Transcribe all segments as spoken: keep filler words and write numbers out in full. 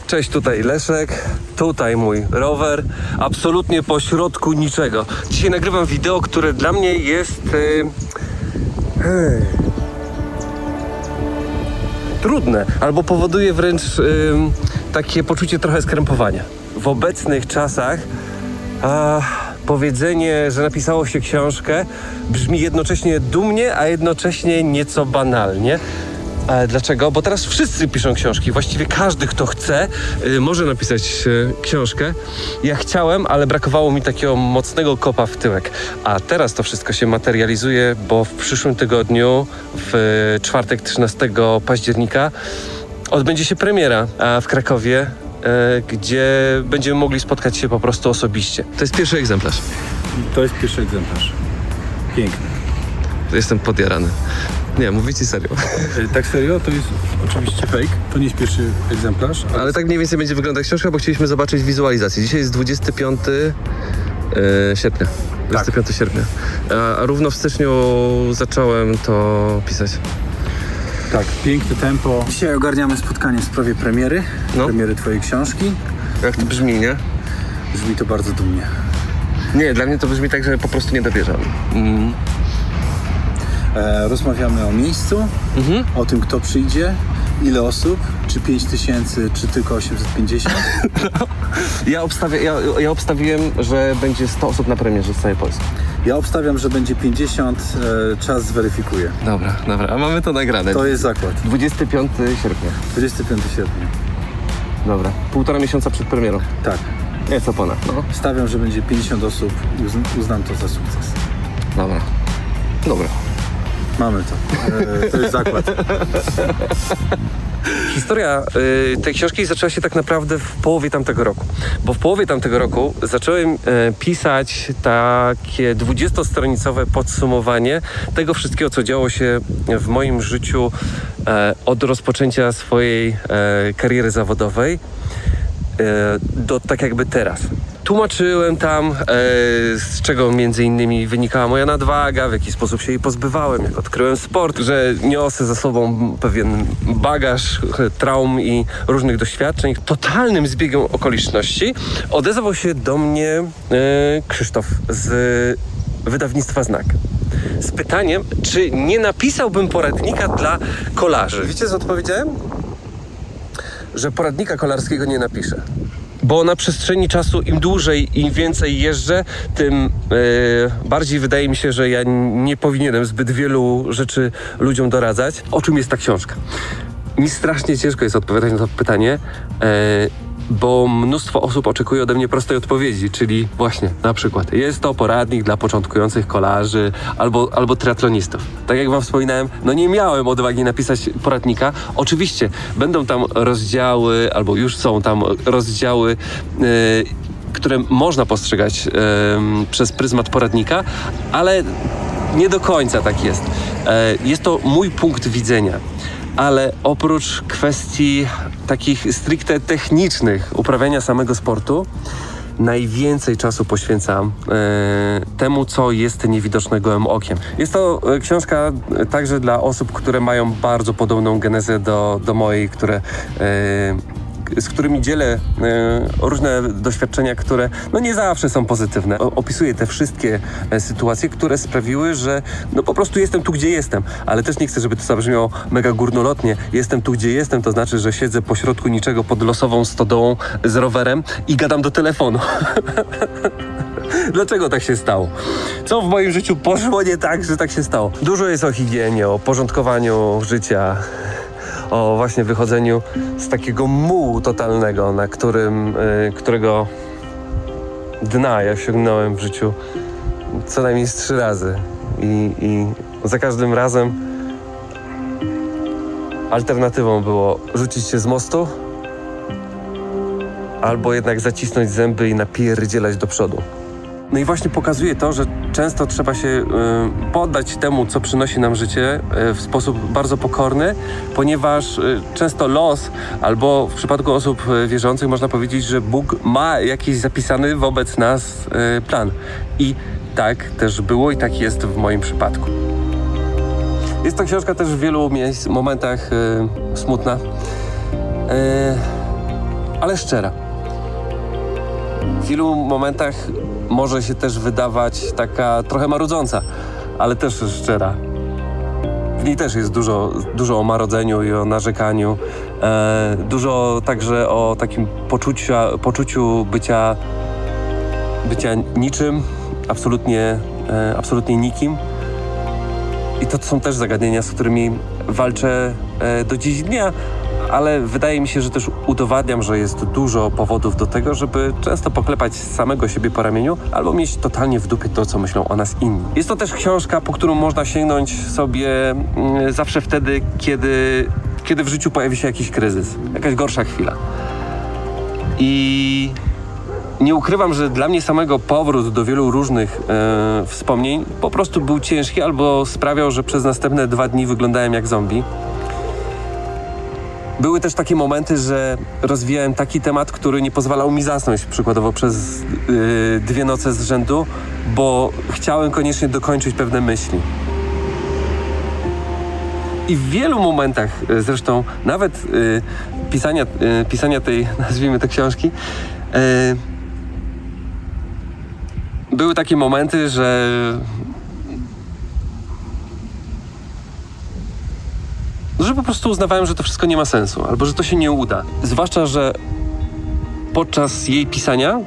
Cześć, tutaj Leszek, tutaj mój rower, absolutnie po środku niczego. Dzisiaj nagrywam wideo, które dla mnie jest yy, yy, trudne, albo powoduje wręcz yy, takie poczucie trochę skrępowania. W obecnych czasach a, powiedzenie, że napisało się książkę, brzmi jednocześnie dumnie, a jednocześnie nieco banalnie. E, dlaczego? Bo teraz wszyscy piszą książki. Właściwie każdy, kto chce, y, może napisać y, książkę. Ja chciałem, ale brakowało mi takiego mocnego kopa w tyłek. A teraz to wszystko się materializuje, bo w przyszłym tygodniu, w y, czwartek trzynastego października, odbędzie się premiera a w Krakowie, y, gdzie będziemy mogli spotkać się po prostu osobiście. To jest pierwszy egzemplarz. To jest pierwszy egzemplarz. Piękny. Jestem podjarany. Nie, mówicie serio. Tak serio? To jest oczywiście fake. To nie jest pierwszy egzemplarz. Ale, ale tak mniej więcej będzie wyglądać książka, bo chcieliśmy zobaczyć wizualizację. Dzisiaj jest dwudziestego piątego sierpnia. dwudziestego piątego sierpnia. A, a równo w styczniu zacząłem to pisać. Tak, piękne tempo. Dzisiaj ogarniamy spotkanie w sprawie premiery. No. Premiery twojej książki. Jak to brzmi, nie? Brzmi to bardzo dumnie. Nie, dla mnie to brzmi tak, że po prostu nie dowierzam. Mm. E, rozmawiamy o miejscu, mhm. o tym, kto przyjdzie, ile osób, czy pięć tysięcy, czy tylko osiemset pięćdziesiąt. No. Ja, obstawię, ja, ja obstawiłem, że będzie sto osób na premierze z całej Polski. Ja obstawiam, że będzie pięćdziesiąt, e, czas zweryfikuję. Dobra, dobra, a mamy to nagrane. To jest zakład. dwudziestego piątego sierpnia. dwudziestego piątego sierpnia. Dobra, półtora miesiąca przed premierą. Tak. Nieco ponad, no. Stawiam, że będzie pięćdziesiąt osób i uzn- uznam to za sukces. Dobra. Dobra. Mamy to. E, to jest zakład. Historia y, tej książki zaczęła się tak naprawdę w połowie tamtego roku. Bo w połowie tamtego roku zacząłem y, pisać takie dwudziestostronicowe podsumowanie tego wszystkiego, co działo się w moim życiu y, od rozpoczęcia swojej y, kariery zawodowej y, do tak jakby teraz. Tłumaczyłem tam, e, z czego między innymi wynikała moja nadwaga, w jaki sposób się jej pozbywałem, jak odkryłem sport, że niosę za sobą pewien bagaż traum i różnych doświadczeń. Totalnym zbiegiem okoliczności odezwał się do mnie e, Krzysztof z wydawnictwa Znak. Z pytaniem, czy nie napisałbym poradnika dla kolarzy. Wiecie, co odpowiedziałem? Że poradnika kolarskiego nie napiszę. Bo na przestrzeni czasu im dłużej, im więcej jeżdżę, tym yy, bardziej wydaje mi się, że ja nie powinienem zbyt wielu rzeczy ludziom doradzać. O czym jest ta książka? Mi strasznie ciężko jest odpowiadać na to pytanie, yy, bo mnóstwo osób oczekuje ode mnie prostej odpowiedzi, czyli właśnie na przykład jest to poradnik dla początkujących kolarzy albo, albo triatlonistów. Tak jak wam wspominałem, no nie miałem odwagi napisać poradnika. Oczywiście będą tam rozdziały, albo już są tam rozdziały, yy, które można postrzegać yy, przez pryzmat poradnika, ale nie do końca tak jest. Yy, jest to mój punkt widzenia. Ale oprócz kwestii takich stricte technicznych uprawiania samego sportu, najwięcej czasu poświęcam e, temu, co jest niewidoczne gołym okiem. Jest to e, książka także dla osób, które mają bardzo podobną genezę do, do mojej, które... E, z którymi dzielę e, różne doświadczenia, które no nie zawsze są pozytywne. O, opisuję te wszystkie e, sytuacje, które sprawiły, że no po prostu jestem tu, gdzie jestem. Ale też nie chcę, żeby to zabrzmiało mega górnolotnie. Jestem tu, gdzie jestem, to znaczy, że siedzę pośrodku niczego pod losową stodołą z rowerem i gadam do telefonu. Dlaczego tak się stało? Co w moim życiu poszło nie tak, że tak się stało? Dużo jest o higienie, o porządkowaniu życia, o właśnie wychodzeniu z takiego mułu totalnego, na którym, y, którego dna ja sięgnąłem w życiu co najmniej z trzy razy. I, i za każdym razem alternatywą było rzucić się z mostu albo jednak zacisnąć zęby i napierdzielać do przodu. No i właśnie pokazuje to, że często trzeba się y, poddać temu, co przynosi nam życie y, w sposób bardzo pokorny, ponieważ y, często los, albo w przypadku osób y, wierzących można powiedzieć, że Bóg ma jakiś zapisany wobec nas y, plan. I tak też było i tak jest w moim przypadku. Jest to książka też w wielu miejsc, momentach y, smutna. Y, ale szczera. W wielu momentach może się też wydawać taka trochę marudząca, ale też szczera. W niej też jest dużo, dużo o marodzeniu i o narzekaniu. E, dużo także o takim poczuciu, poczuciu bycia, bycia niczym, absolutnie, e, absolutnie nikim. I to są też zagadnienia, z którymi walczę e, do dziś dnia, ale wydaje mi się, że też udowadniam, że jest dużo powodów do tego, żeby często poklepać samego siebie po ramieniu albo mieć totalnie w dupie to, co myślą o nas inni. Jest to też książka, po którą można sięgnąć sobie mm, zawsze wtedy, kiedy, kiedy w życiu pojawi się jakiś kryzys, jakaś gorsza chwila. I nie ukrywam, że dla mnie samego powrót do wielu różnych e, wspomnień po prostu był ciężki albo sprawiał, że przez następne dwa dni wyglądałem jak zombie. Były też takie momenty, że rozwijałem taki temat, który nie pozwalał mi zasnąć, przykładowo przez yy, dwie noce z rzędu, bo chciałem koniecznie dokończyć pewne myśli. I w wielu momentach, yy, zresztą nawet yy, pisania, yy, pisania tej, nazwijmy to, książki, yy, były takie momenty, że że po prostu uznawałem, że to wszystko nie ma sensu, albo że to się nie uda. Zwłaszcza, że podczas jej pisania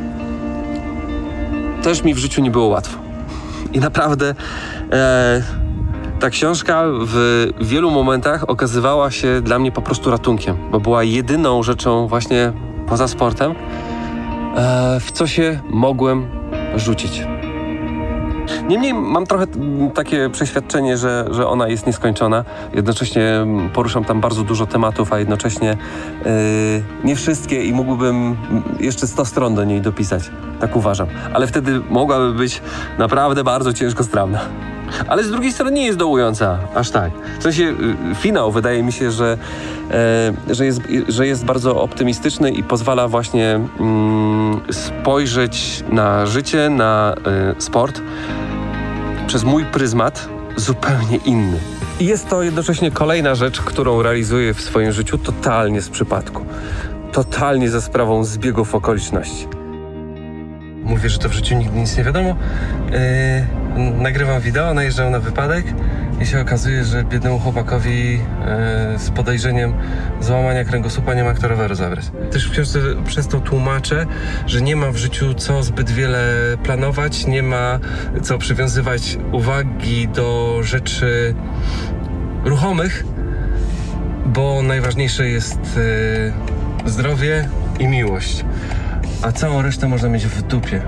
też mi w życiu nie było łatwo. I naprawdę e, ta książka w wielu momentach okazywała się dla mnie po prostu ratunkiem, bo była jedyną rzeczą właśnie poza sportem, e, w co się mogłem rzucić. Niemniej mam trochę takie przeświadczenie, że, że ona jest nieskończona. Jednocześnie poruszam tam bardzo dużo tematów, a jednocześnie yy, nie wszystkie i mógłbym jeszcze sto stron do niej dopisać. Tak uważam. Ale wtedy mogłaby być naprawdę bardzo ciężkostrawna. Ale z drugiej strony nie jest dołująca, aż tak. W sensie yy, finał wydaje mi się, że, yy, że, jest, yy, że jest bardzo optymistyczny i pozwala właśnie yy, spojrzeć na życie, na yy, sport przez mój pryzmat zupełnie inny. I jest to jednocześnie kolejna rzecz, którą realizuję w swoim życiu totalnie z przypadku. Totalnie za sprawą zbiegów okoliczności. Mówię, że to w życiu nigdy nic nie wiadomo. Yy, nagrywam wideo, najeżdżam na wypadek i się okazuje, że biednemu chłopakowi yy, z podejrzeniem złamania kręgosłupa nie ma kto roweru zabrać. Też w książce przez to tłumaczę, że nie ma w życiu co zbyt wiele planować, nie ma co przywiązywać uwagi do rzeczy ruchomych, bo najważniejsze jest yy, zdrowie i miłość. A całą resztę można mieć w dupie.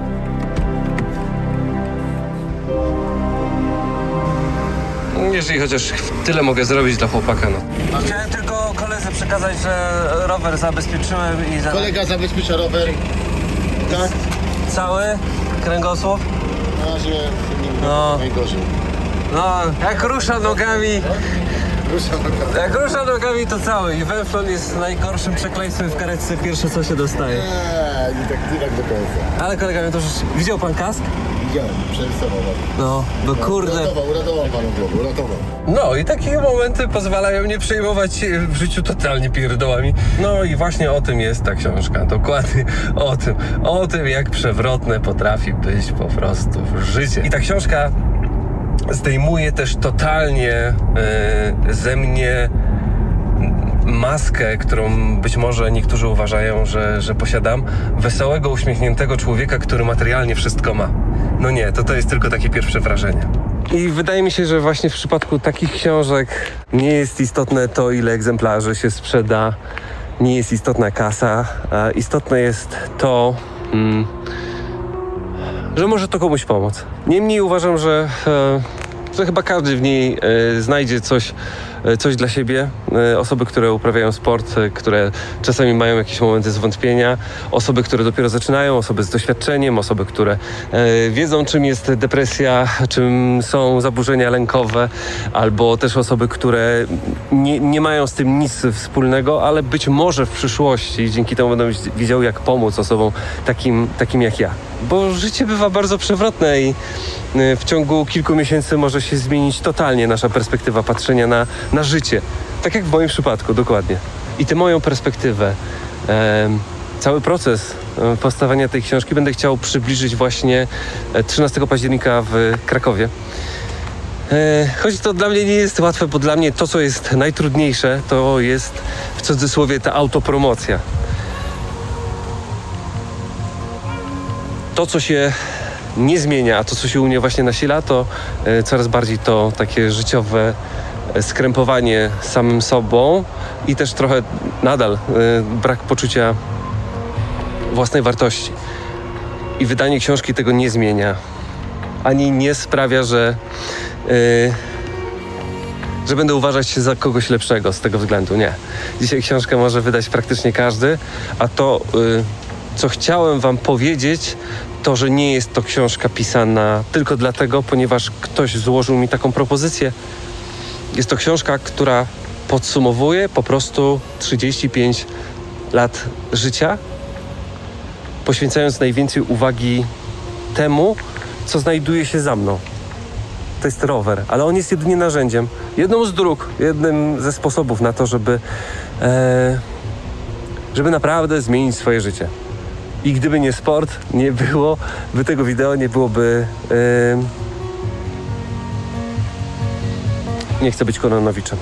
Jeżeli chociaż tyle mogę zrobić dla chłopaka, no. Chciałem tylko koledze przekazać, że rower zabezpieczyłem i... Za... Kolega zabezpiecza rower. Tak? Cały? Kręgosłup? Na razie nie No. najgorzej. No, jak rusza nogami... Ruszam nogami. Jak rusza nogami, to cały. I węflon jest najgorszym przekleństwem w karetce. Pierwsze, co się dostaje. Eee, nie tak, nie tak do końca. Ale kolega mnie to już... Widział pan kask? Widziałem, przerysował. No, no kurde. Uratował, uratował panu głowę, uratował. No i takie momenty pozwalają nie przejmować w życiu totalnie pierdołami. No i właśnie o tym jest ta książka. Dokładnie o tym. O tym, jak przewrotne potrafi być po prostu życie. I ta książka zdejmuje też totalnie yy, ze mnie maskę, którą być może niektórzy uważają, że, że posiadam. Wesołego, uśmiechniętego człowieka, który materialnie wszystko ma. No nie, to to jest tylko takie pierwsze wrażenie. I wydaje mi się, że właśnie w przypadku takich książek nie jest istotne to, ile egzemplarzy się sprzeda, nie jest istotna kasa, a istotne jest to, mm, że może to komuś pomóc. Niemniej uważam, że, e, że chyba każdy w niej e, znajdzie coś, e, coś dla siebie. E, osoby, które uprawiają sport, e, które czasami mają jakieś momenty zwątpienia, osoby, które dopiero zaczynają, osoby z doświadczeniem, osoby, które e, wiedzą, czym jest depresja, czym są zaburzenia lękowe, albo też osoby, które nie, nie mają z tym nic wspólnego, ale być może w przyszłości dzięki temu będą wiedziały, jak pomóc osobom takim, takim jak ja. Bo życie bywa bardzo przewrotne i w ciągu kilku miesięcy może się zmienić totalnie nasza perspektywa patrzenia na, na życie. Tak jak w moim przypadku, dokładnie. I tę moją perspektywę e, cały proces e, powstawania tej książki będę chciał przybliżyć właśnie e, trzynastego października w Krakowie. E, choć to dla mnie nie jest łatwe, bo dla mnie to, co jest najtrudniejsze, to jest w cudzysłowie ta autopromocja. To, co się nie zmienia, a to, co się u mnie właśnie nasila, to e, coraz bardziej to takie życiowe e, skrępowanie samym sobą i też trochę nadal e, brak poczucia własnej wartości. I wydanie książki tego nie zmienia. Ani nie sprawia, że, e, że będę uważać się za kogoś lepszego z tego względu. Nie. Dzisiaj książkę może wydać praktycznie każdy, a to, e, co chciałem wam powiedzieć, to, że nie jest to książka pisana tylko dlatego, ponieważ ktoś złożył mi taką propozycję. Jest to książka, która podsumowuje po prostu trzydzieści pięć lat życia, poświęcając najwięcej uwagi temu, co znajduje się za mną. To jest rower, ale on jest jedynie narzędziem, jedną z dróg, jednym ze sposobów na to, żeby, e, żeby naprawdę zmienić swoje życie. I gdyby nie sport, nie byłoby tego wideo, nie byłoby... Yy... Nie chcę być Kononowiczem.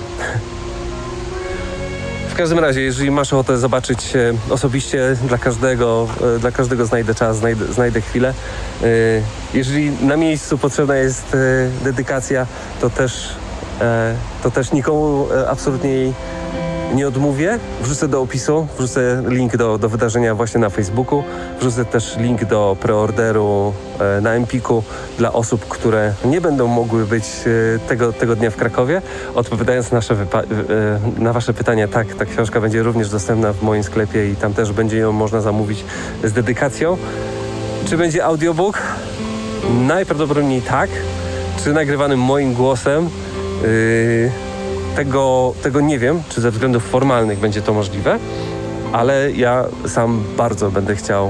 W każdym razie, jeżeli masz ochotę zobaczyć się osobiście, dla każdego, yy, dla każdego znajdę czas, znajdę, znajdę chwilę. Yy, jeżeli na miejscu potrzebna jest yy, dedykacja, to też, yy, to też nikomu yy, absolutnie jej nie odmówię. Wrzucę do opisu, wrzucę link do, do wydarzenia właśnie na Facebooku, wrzucę też link do preorderu e, na Empiku dla osób, które nie będą mogły być e, tego, tego dnia w Krakowie. Odpowiadając nasze wypa- e, na wasze pytania, tak, ta książka będzie również dostępna w moim sklepie i tam też będzie ją można zamówić z dedykacją. Czy będzie audiobook? Najprawdopodobniej tak. Czy nagrywanym moim głosem? Yy... Tego, tego nie wiem, czy ze względów formalnych będzie to możliwe, ale ja sam bardzo będę chciał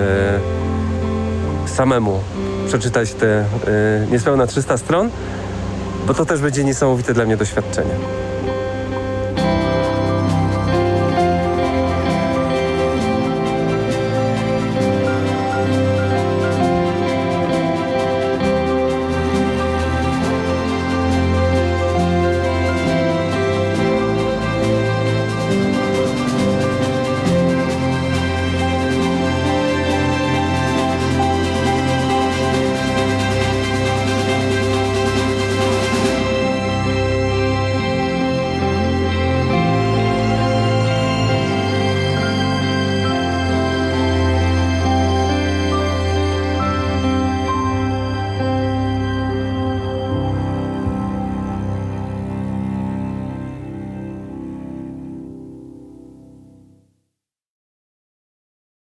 yy, samemu przeczytać te yy, niespełna trzysta stron, bo to też będzie niesamowite dla mnie doświadczenie.